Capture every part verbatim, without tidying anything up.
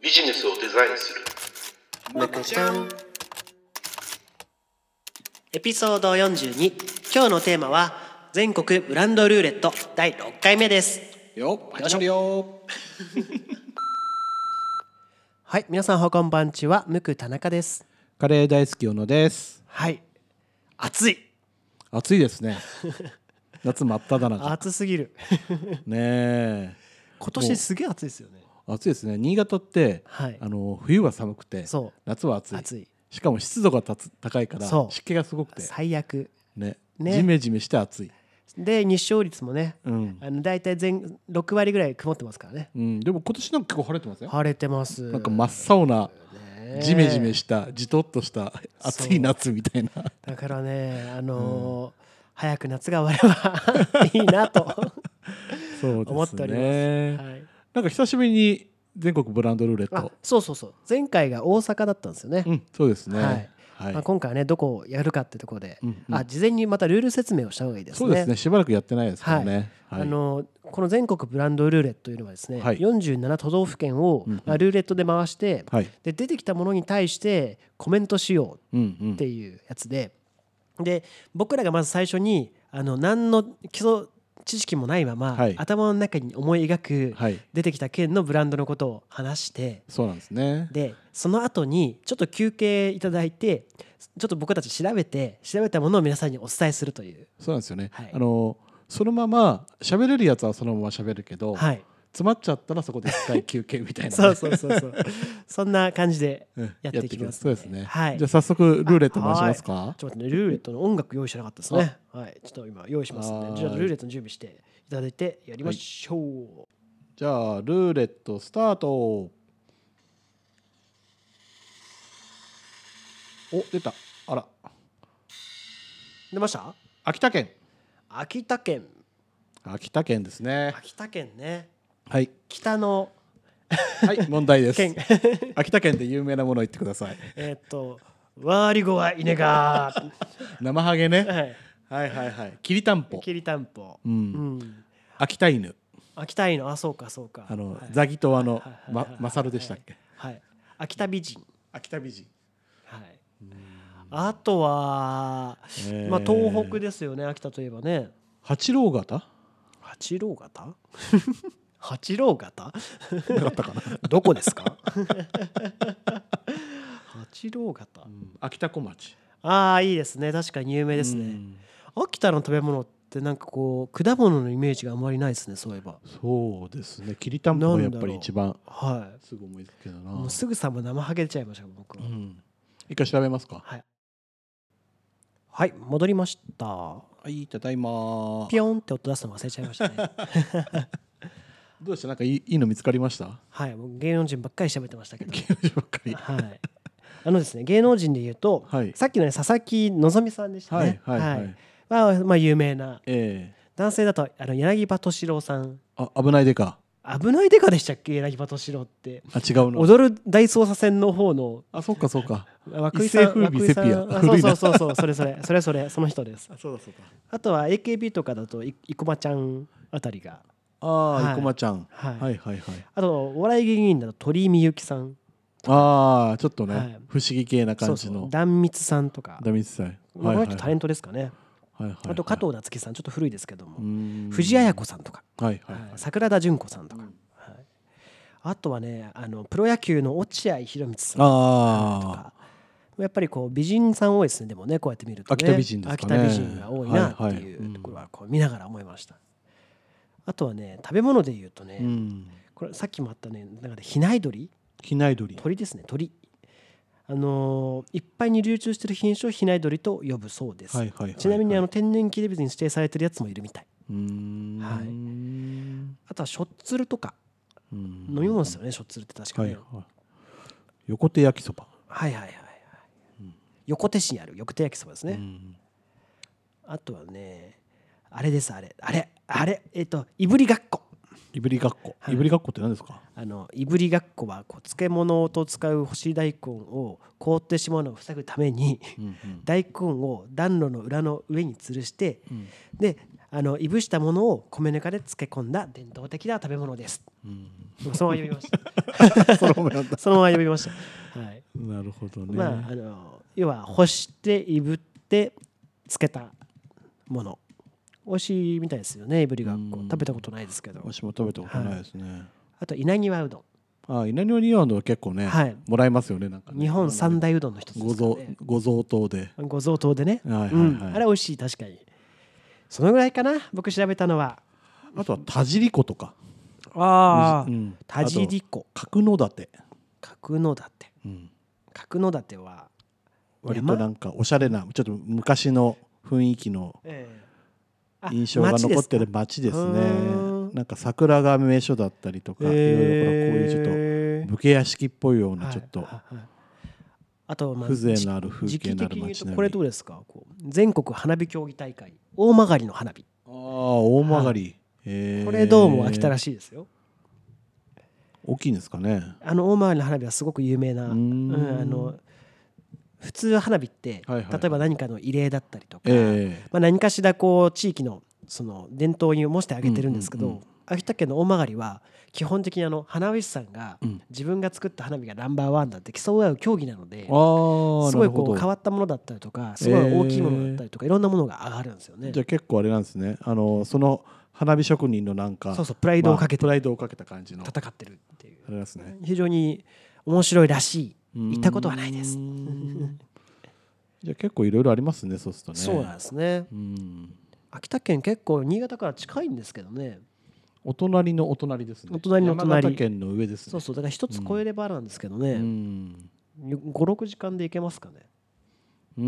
ビジネスをデザインするむくちゃん。エピソードよんじゅうに。今日のテーマは全国ブランドルーレットだいろっかいめですよっ始まるよはい、皆さんこんばんちは。むく田中です。 カレー大好き小野です。 はい、暑い暑いですね夏真っ只中暑すぎるねえ。 今年すげえ暑いですよね。 暑いですね。新潟って、はい、あの冬は寒くて夏は暑い。暑い。しかも湿度がたつ高いから湿気がすごくて最悪、 ねね、ジメジメして暑い。 で日照率もね、うん、あのだいたい全ろくわりぐらい曇ってますからね、 うん、でも今年なんか結構晴れてますよ。 晴れてます。 なんか真っ青なジメジメしたじとっとした暑い夏みたいな。 だからね、あのーうん、早く夏が終わればいいなとそうです、ね、思っております、はい、 なんか久しぶりに全国ブランドルーレット。 そうそうそう、前回が大阪だったんですよね、 うん、そうですね、はいはい、まあ、今回はねどこをやるかってところで、うんうん、あ事前にまたルール説明をした方がいいですね。 そうですね、しばらくやってないですからね、 はいはい、あのこの全国ブランドルーレットというのはですね、はい、よんじゅうなな都道府県を、うんうん、まあ、ルーレットで回して、はい、で出てきたものに対してコメントしようっていうやつで、うんうん、で僕らがまず最初にあの何の基礎知識もないまま、はい、頭の中に思い描く、はい、出てきた県のブランドのことを話して、 そうなんですね。 でその後にちょっと休憩いただいて、ちょっと僕たち調べて調べたものを皆さんにお伝えするという。 そうなんですよね、はい、あのそのまま喋れるやつはそのまま喋るけど、はい、詰まっちゃったらそこで一回休憩みたいな、ね、 そうそうそうそうそんな感じでやっていきます、 ね、そうですね、はい、じゃあ早速ルーレット回しますか。 はい、ちょっと待ってね、ルーレットの音楽用意しなかったですね。はい、ちょっと今用意しますので、じゃあルーレットの準備していただいてやりましょう、はい、 じゃあルーレットスタート。お、出た。あら、 出ました。 秋田県。 秋田県秋田県ですね。 秋田県ね。 はい、 北のはい問題です秋田県で有名なものを言ってください。 えっとワーリゴは稲が生ハゲね、はい、はいはいはいきりたんぽ。 きりたんぽ、 うん、うん、秋田犬。 秋田犬、あ、そうかそうか、 あの、はい、ザギとあのマサルでしたっけ。 はい、はい、秋田美人。 秋田美人、はい、 あとは、えー、まあ東北ですよね、秋田といえばね。 八郎潟。 八郎潟八郎潟なかったかなどこですか八郎潟、うん、 秋田小町。 ああ、いいですね、確かに有名ですね。秋田の食べ物ってなんかこう果物のイメージがあまりないですね、そういえば。 そうですね、きりたんぽがやっぱり一番すぐ思いつくけどな。 もうすぐさま生ハゲちゃいました僕は、うん、 一回調べますか。 はい、はい、戻りました。 はい、ただいま。 ピヨンって音出すの忘れちゃいましたねどうした、なんかいい、いいの見つかりました。 はい、もう芸能人ばっかり喋ってましたけど。 芸能人ばっかり。 はい。あのですね、芸能人で言うと、はい、さっきのね佐々木希さんでしたね。はいはいはい。はい、まあまあ有名な、えー、男性だとあの柳葉敏郎さん。 あ、危ないデカ。 危ないデカでしたっけ、柳葉敏郎って。 あ、違うの。 踊る大捜査線の方の。 あ、そうかそうか。 涌井さん、 風靡セピア。 そうそうそうそう、それそれそれそれその人です。 あ、そうだそうだ。 あとは エーケービー とかだと生駒ちゃんあたりが。 ああ、はい、生駒ちゃん、はい、はいはいはい。 あとお笑い芸人だと鳥居みゆきさん。 ああ、ちょっとね、はい、不思議系な感じの。 そうそう、壇蜜さんとか。 壇蜜さん。 この人タレントですかね。はいはいはい、あと加藤夏樹さん、ちょっと古いですけども、藤あや子さんとか、はいはいはい、桜田淳子さんとか、うん、はい、あとはね、あのプロ野球の落合博満さんとか、やっぱりこう美人さん多いですね。でもね、こうやって見るとね、 秋田美人ですかね。 秋田美人が多いなっていうところはこう見ながら思いました。あとはね、食べ物で言うとね、うん、これさっきもあったね、なんかね、比内鶏、 比内鶏、 鳥ですね、鳥。あのー、いっぱいに流通している品種を比内鶏と呼ぶそうです。はいはいはいはい、ちなみにあの天然記念物に指定されているやつもいるみたい。うーん、はい、あとはしょっつるとか飲み物ですよね、しょっつるって確かに、ね、はいはい、 横手焼きそば、 はいはいはいはい、うん、横手市にある横手焼きそばですね。あとはね、あれですあれあれあれえっ、ー、といぶりがっこ。 いぶりがっこ、いぶりがっこって何ですか。 あのいぶりがっこはこう漬物と使う干し大根を凍ってしまうのを防ぐために、うんうん、大根を暖炉の裏の上に吊るして、うん、であのいぶしたものを米ぬかで漬け込んだ伝統的な食べ物です。うん、そのまま読みましたそのまま読みました、はい、 なるほどね。 まあ、あの要は干していぶって漬けたもの、美味しいみたいですよね。いぶりがっこ食べたことないですけど。 私も食べたことないですね、はい、 あと稲庭うどん。 ああ、稲庭うどんは結構ね、はい、もらえますよね。なんかね、 日本三大うどんの一つですからね。 ご贈答でご贈答でね、はいはいはい、うん、あれ美味しい。確かにそのぐらいかな、僕調べたのは。 あとは田尻湖とか。 ああ、うん、田尻湖、 角館。 角館、うん、角館は割となんかおしゃれな、ちょっと昔の雰囲気の印象が残ってる街ですね。なんか桜が名所だったりとか、いろいろこういうちょっと武家屋敷っぽいようなちょっとあと風情のある風景のある街並み。 これどうですか、こう全国花火競技大会大曲の花火。 ああ、大曲、へー、 これどうも秋田らしいですよ。 大きいんですかね。 あの大曲の花火はすごく有名な、うん、あの普通花火って、はいはい、例えば何かの慰霊だったりとか、えーまあ、何かしらこう地域のその伝統に模してあげてるんですけど、うんうんうん、秋田県の大曲は基本的にあの花火師さんが自分が作った花火がナンバーワンだって競い合う競技なので、うん、すごいこう変わったものだったりとか、すごい大きいものだったりとか、いろんなものが上がるんですよね。 じゃあ結構あれなんですね、あのその花火職人のなんかそうそうプライドをかけて、 まあ、プライドをかけた感じの戦ってるっていう、 あれですね。 非常に面白いらしい。行ったことはないですじゃあ結構いろいろありますね、そうするとね。 そうなんですね。うん秋田県結構新潟から近いんですけどね。 お隣のお隣ですね。 お隣のお隣、 山形県の上ですね。 そうそう、だから一つ越えればなんですけどね、うん、ごろくじかんで行けますかね。 うん、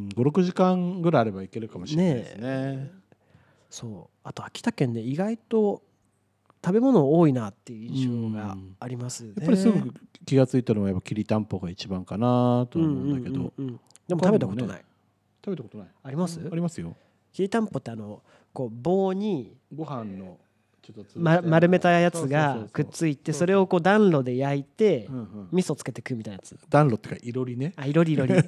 ごろくじかんぐらいあれば行けるかもしれないですね。ね、 そう、あと秋田県ね、意外と食べ物多いなっていう印象がありますね。 やっぱりすぐ気がついたのはやっぱきりたんぽが一番かなと思うんだけど、 うんうんうんうん、でも食べたことない。 食べたことない。 あります？ ありますよ。 きりたんぽってあのこう棒にご飯のちょっと、 ま、丸めたやつがくっついて、それをこう暖炉で焼いて味噌つけて食うみたいなやつ。 暖炉ってかいろりね。 あ、いろりいろりい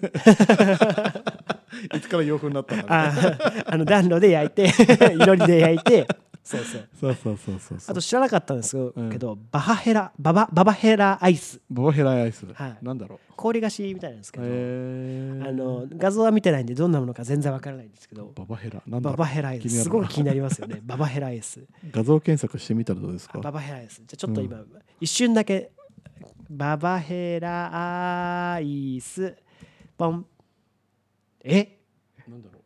つから洋風になったの。 ああの暖炉で焼いていろりで焼いて、そうそうそうそうそうそう。 あと知らなかったんですけど、うん、バハヘラババババヘラアイス。 ババヘラアイス、はい、なんだろう。 氷菓子みたいなんですけど、あの画像は見てないんでどんなものか全然わからないんですけど、 ババヘラなんだろう。 ババヘラアイスすごく気になりますよね。ババヘラアイス画像検索してみたらどうですか。 ババヘラアイス、じゃあちょっと今、うん、一瞬だけババヘラアイスポン。えなんだろう。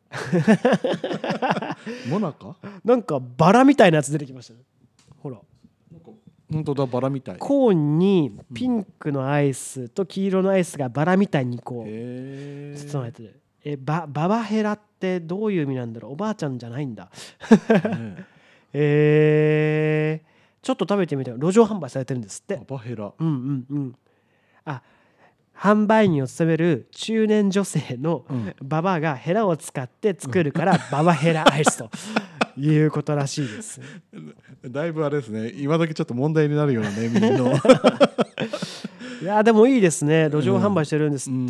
モナカなんかバラみたいなやつ出てきましたね。ほら、 なんか本当だ、バラみたい。 コーンにピンクのアイスと黄色のアイスがバラみたいにこう包まれてる。えバババヘラってどういう意味なんだろう。おばあちゃんじゃないんだ。ねえー、ちょっと食べてみたい。路上販売されてるんですって。 ババヘラ。 うんうんうん。あ、販売員を務める中年女性のババアがヘラを使って作るからババヘラアイスということらしいです。 だいぶあれですね、今だけちょっと問題になるようなネーミングのいやでもいいですね。路上販売してるんですって、うん、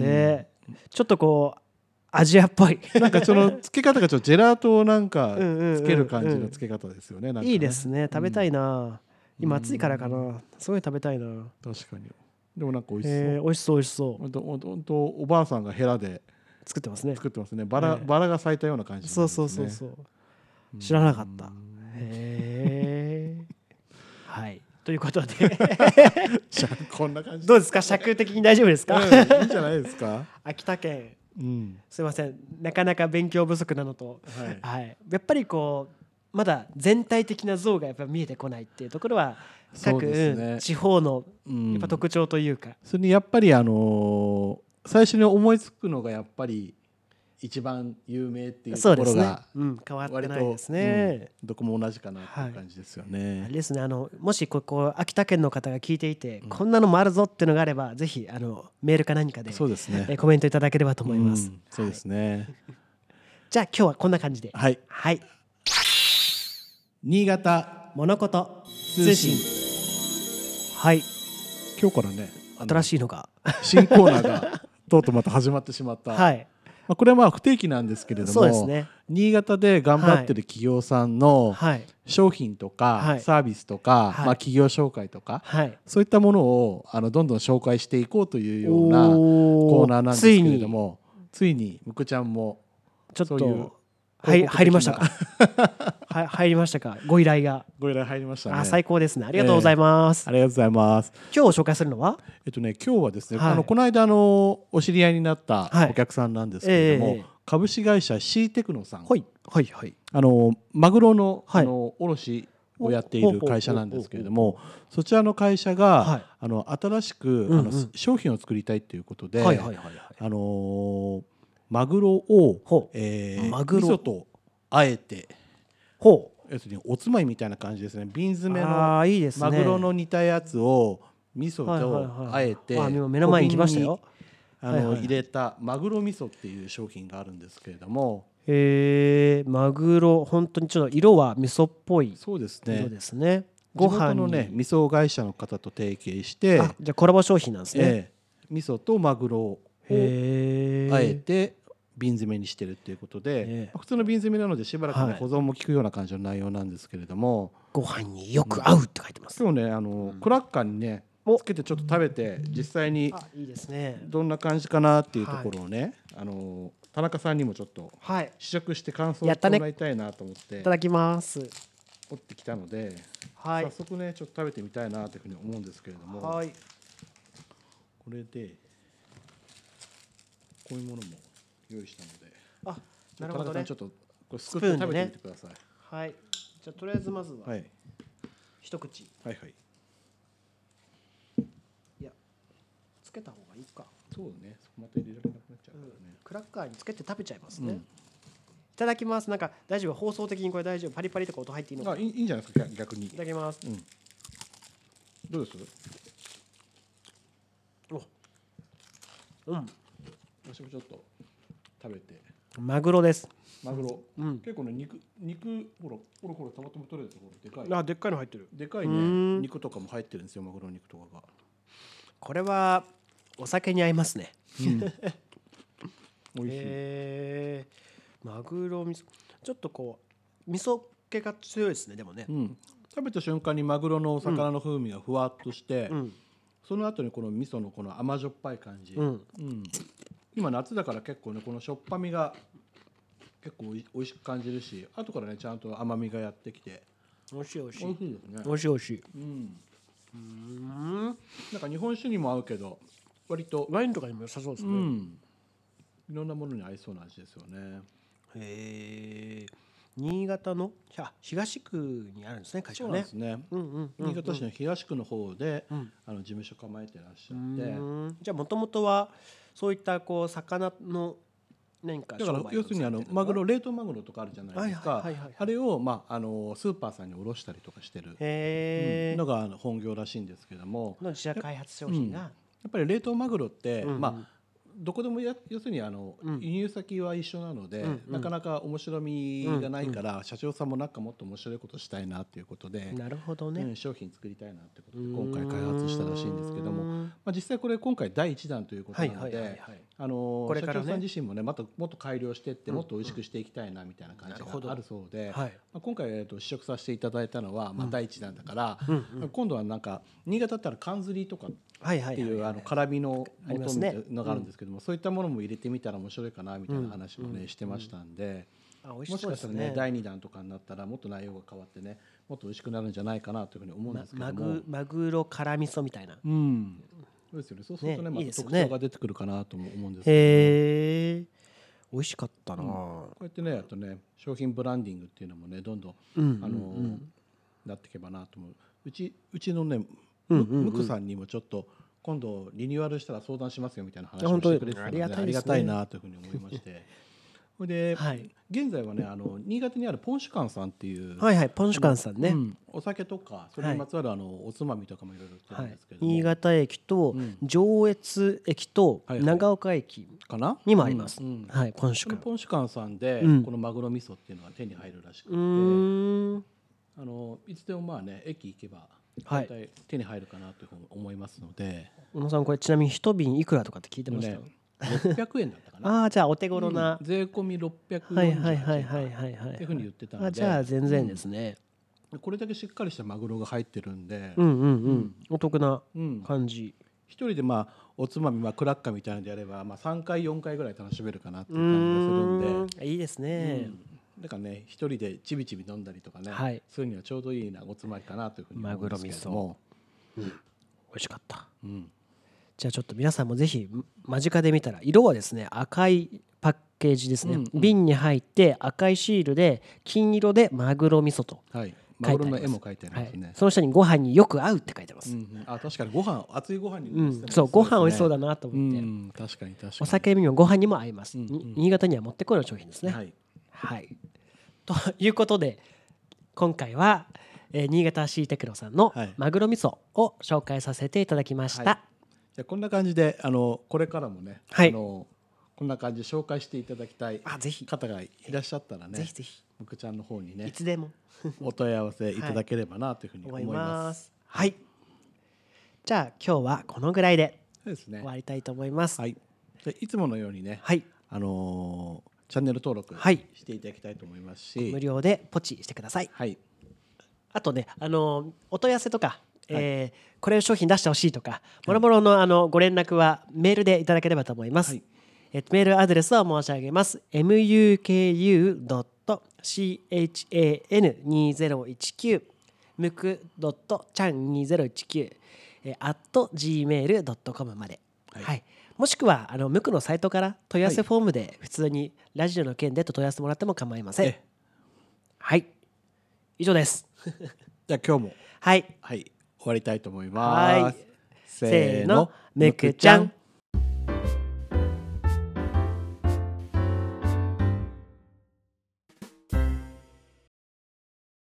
ちょっとこうアジアっぽいなんかその付け方がちょっとジェラートをなんかつける感じの付け方ですよね。なんかね、 いいですね。食べたいな、うん、今暑いからかな。すごい食べたいな。 確かに。でもなんか美味しそう。 えー、美味しそう美味しそう。 本当本当おばあさんがヘラで作ってますね。 作ってますね。バラ、えー、バラが咲いたような感じ、ね。 そうそうそうそう。知らなかった。へえ。はい。ということでこんな感じ。 どうですか。尺的に大丈夫ですか。うん、 いいんじゃないですか。 秋田県。うん、すいません。なかなか勉強不足なのと、はい、はい、やっぱりこうまだ全体的な像がやっぱ見えてこないっていうところは各、ね、地方のやっぱ特徴というか、うん、 それにやっぱりあのー、最初に思いつくのがやっぱり一番有名っていうところが、 ね、うん、変わってないですね、 うん、どこも同じかなっていう感じですよね、 はい、あれですね、あのもしここ秋田県の方が聞いていて、うん、こんなのもあるぞっていうのがあればぜひあのメールか何かで、 そうですね、 えコメントいただければと思います、うん、 そうですね、はい、 じゃあ今日はこんな感じで、 はい、 はい、 新潟物事通信、はい、 今日からね新しいのが新コーナーがとうとうまた始まってしまった、 はい、 まあ、これはまあ不定期なんですけれども、そうですね、新潟で頑張ってる企業さんの商品とかサービスとか、まあ企業紹介とか、そういったものをあのどんどん紹介していこうというようなコーナーなんですけれども、ついにむくちゃんもちょっとはい入りましたかは入りましたかご依頼がご依頼入りましたね。 あ、最高ですね。ありがとうございます、 えー、ありがとうございます。 今日紹介するのはえっとね今日はですね、はい、あのこの間あのお知り合いになったお客さんなんですけれども、はい、えー、株式会社 シーテクノさん、 はいはいはい、 あのマグロの、はい、あの卸をやっている会社なんですけれども、そちらの会社が、はい、あの新しく、うんうん、あの商品を作りたいということで、あのー、マグロを、えー、マグロ味噌とあえて、ほう、要するにおつまみみたいな感じですね。瓶詰めのいいです、ね、マグロの煮たやつを味噌とあえて、はいはいはい、 目の前に来ましたよ。 あの、はいはい、入れたマグロ味噌っていう商品があるんですけれども、 へえ、マグロ本当にちょっと色は味噌っぽい色ですね。 そうですね。ご飯に地元のね味噌会社の方と提携して、 あ、じゃあコラボ商品なんですね。えー、味噌とマグロをあえて瓶詰めにしてるっていうことで、えー、普通の瓶詰めなのでしばらく、ね、はい、保存も効くような感じの内容なんですけれども、 ご飯によく合うって書いてます。 今日ねあの、うん、クラッカーにねつけてちょっと食べて実際にどんな感じかなっていうところをね、あの田中さんにもちょっと試食して感想をもらいたいなと思っていただきます持ってきたので、はい、早速ねちょっと食べてみたいなというふうに思うんですけれども、はい、これでこういうものも用意したので、あ、なるほどね、ちょっとこれすくって食べてみてください。ね、 はい、じゃあとりあえずまずは、はい、一口、 はいはい、 いやつけた方がいいか。 そうね、また入れられなくなっちゃうからね、うん、 クラッカーにつけて食べちゃいますね、うん、いただきます。なんか大丈夫、放送的にこれ大丈夫、パリパリとか音入っていいのか。 あ、いい、いいんじゃないですか、逆に。いただきます、うん、 どうです？ お、うん、 私もちょっと食べて。 マグロです。 マグロ、うん、結構ね肉肉ほらほらほらたまたま取れるところでかい。 あ、でっかいの入ってる。 でかいね肉とかも入ってるんですよ、マグロ肉とかが。 これはお酒に合いますね。うん、美味しい。えー、マグロ味噌ちょっとこう味噌気が強いですね。でもね、うん、 食べた瞬間にマグロのお魚の風味がふわっとして、うん、その後にこの味噌のこの甘じょっぱい感じ、うんうん、今夏だから結構ねこのしょっぱみが結構おいしく感じるし、後からねちゃんと甘みがやってきて美味しい美味しい美味しいですね。 美味しい美味しい。うん、 うーん、なんか日本酒にも合うけど割とワインとかにも良さそうですね、うん、 いろんなものに合いそうな味ですよね。 へえ、新潟の東区にあるんですね、会社ね。 そうなんですね、うんうんうんうん、新潟市の東区の方で、うん、あの事務所構えてらっしゃって、 じゃあもともとはそういったこう魚の何かだから要するにあのマグロ冷凍マグロとかあるじゃないですか、あれを、まあ、あのスーパーさんに卸したりとかしてる、うん、のが本業らしいんですけども、 の自社開発商品が、うん、 やっぱり冷凍マグロって、うんうん、まあどこでもや要するにあの、うん、輸入先は一緒なので、うんうん、なかなか面白みがないから、うんうん、社長さんもなんかもっと面白いことしたいなっていうことで、 なるほどね、 うん、商品作りたいなってことで今回開発したらしいんですけども、まあ、実際これ今回だいいちだんということなので、あの社長さん自身もねまたもっと改良していってもっと美味しくしていきたいなみたいな感じがあるそうで、はい、まあ、今回、えー、と試食させていただいたのは、まあ、だいいちだんだから、うんうん、今度はなんか新潟だったら缶ずりとかっていうあの辛みの元みたいなのがあるんですけども、そういったものも入れてみたら面白いかなみたいな話もねしてましたんで、もしかしたらねだいにだんとかになったらもっと内容が変わってねもっと美味しくなるんじゃないかなというふうに思うんですけども、 マグ、マグロ辛味噌みたいな、 うん、そうですよね。そうするとねまた特徴が出てくるかなとも思うんですけど、 へー、美味しかったな、うん、 こうやってねあとね商品ブランディングっていうのもねどんどん、うんうんうん、あのなっていけばなと思う。うちうちのねムクさんにもちょっと今度リニューアルしたら相談しますよみたいな話をしてくれてたので、ありがたいなというふうに思いましてそれで、はい、現在はねあの新潟にあるポンシュカンさんっていう、 はいはい、ポンシュカンさんね、うん、 お酒とかそれにまつわるあのおつまみとかもいろいろ売ってるんですけど、 はい、新潟駅と上越駅と長岡駅にもあります。はい、ポンシュカン、 ポンシュカンさんで、うん、このマグロ味噌っていうのが手に入るらしくて、うん、あのいつでもまあね駅行けば大体手に入るかなというふうに思いますので、 小野さんこれちなみに一瓶いくらとかって聞いてました？ね、 ろっぴゃくえんだったかな。 ああ、じゃあお手頃な、 うん、税込みろっぴゃくよんじゅうはちえんはいはいはいはいはいっていうふうに言ってたので、 あ、じゃあ全然ですね、 うん、これだけしっかりしたマグロが入ってるんで、 うんうんうん、うん、お得な感じ。 一人でまあおつまみ、まあ、クラッカーみたいなのでやれば、まあ、さんかいよんかいぐらい楽しめるかなっていう感じがするんで、 いいですね、 うん、だからね一人でちびちび飲んだりとかね、はい、そういうにはちょうどいいなおつまみかなというふうに思うんですけども、 マグロ味噌、うん、美味しかった、うん、じゃあちょっと皆さんもぜひ間近で見たら、色はですね赤いパッケージですね、うんうん、瓶に入って赤いシールで金色でマグロ味噌と、はい、マグロの絵も描いてありますね、はい、その下にご飯によく合うって書いてます、うんうん、 あ、確かにご飯、熱いご飯に、 うん、そう、ご飯美味しそうだなと思って、うん、 確かに確かにお酒にもご飯にも合います、うんうん、新潟にはもってこいの商品ですね、はい、はい、ということで今回は、えー、新潟シーテクノさんのマグロ味噌を紹介させていただきました、はい、 じゃあこんな感じであのこれからもね、はい、あのこんな感じで紹介していただきたい方がいらっしゃったらね、ぜひぜひむくちゃんの方にね、 いつでもお問い合わせいただければなというふうに思います。 はい、はい、じゃあ今日はこのぐらいで終わりたいと思います。 はい、でいつものようにね、はい、あのー、チャンネル登録していただきたいと思いますし、はい、 無料でポチしてください。はい、あとね、あのー、お問い合わせとか、えー、これの商品出してほしいとか、もろもろのあのご連絡はメールでいただければと思います。はい、えっと、メールアドレスを申し上げます。エムユーケーユードットシーエイチエーエヌにせんじゅうきゅう ムクドットチャンにせんじゅうきゅう えー、アットジーメールドットコム まで、はいはい、もしくはあのムクのサイトから問い合わせフォームで普通にラジオの件でと問い合わせてもらっても構いません。はい、以上です。 じゃあ今日もはい、 はい、終わりたいと思います。 せーの、ムクちゃん。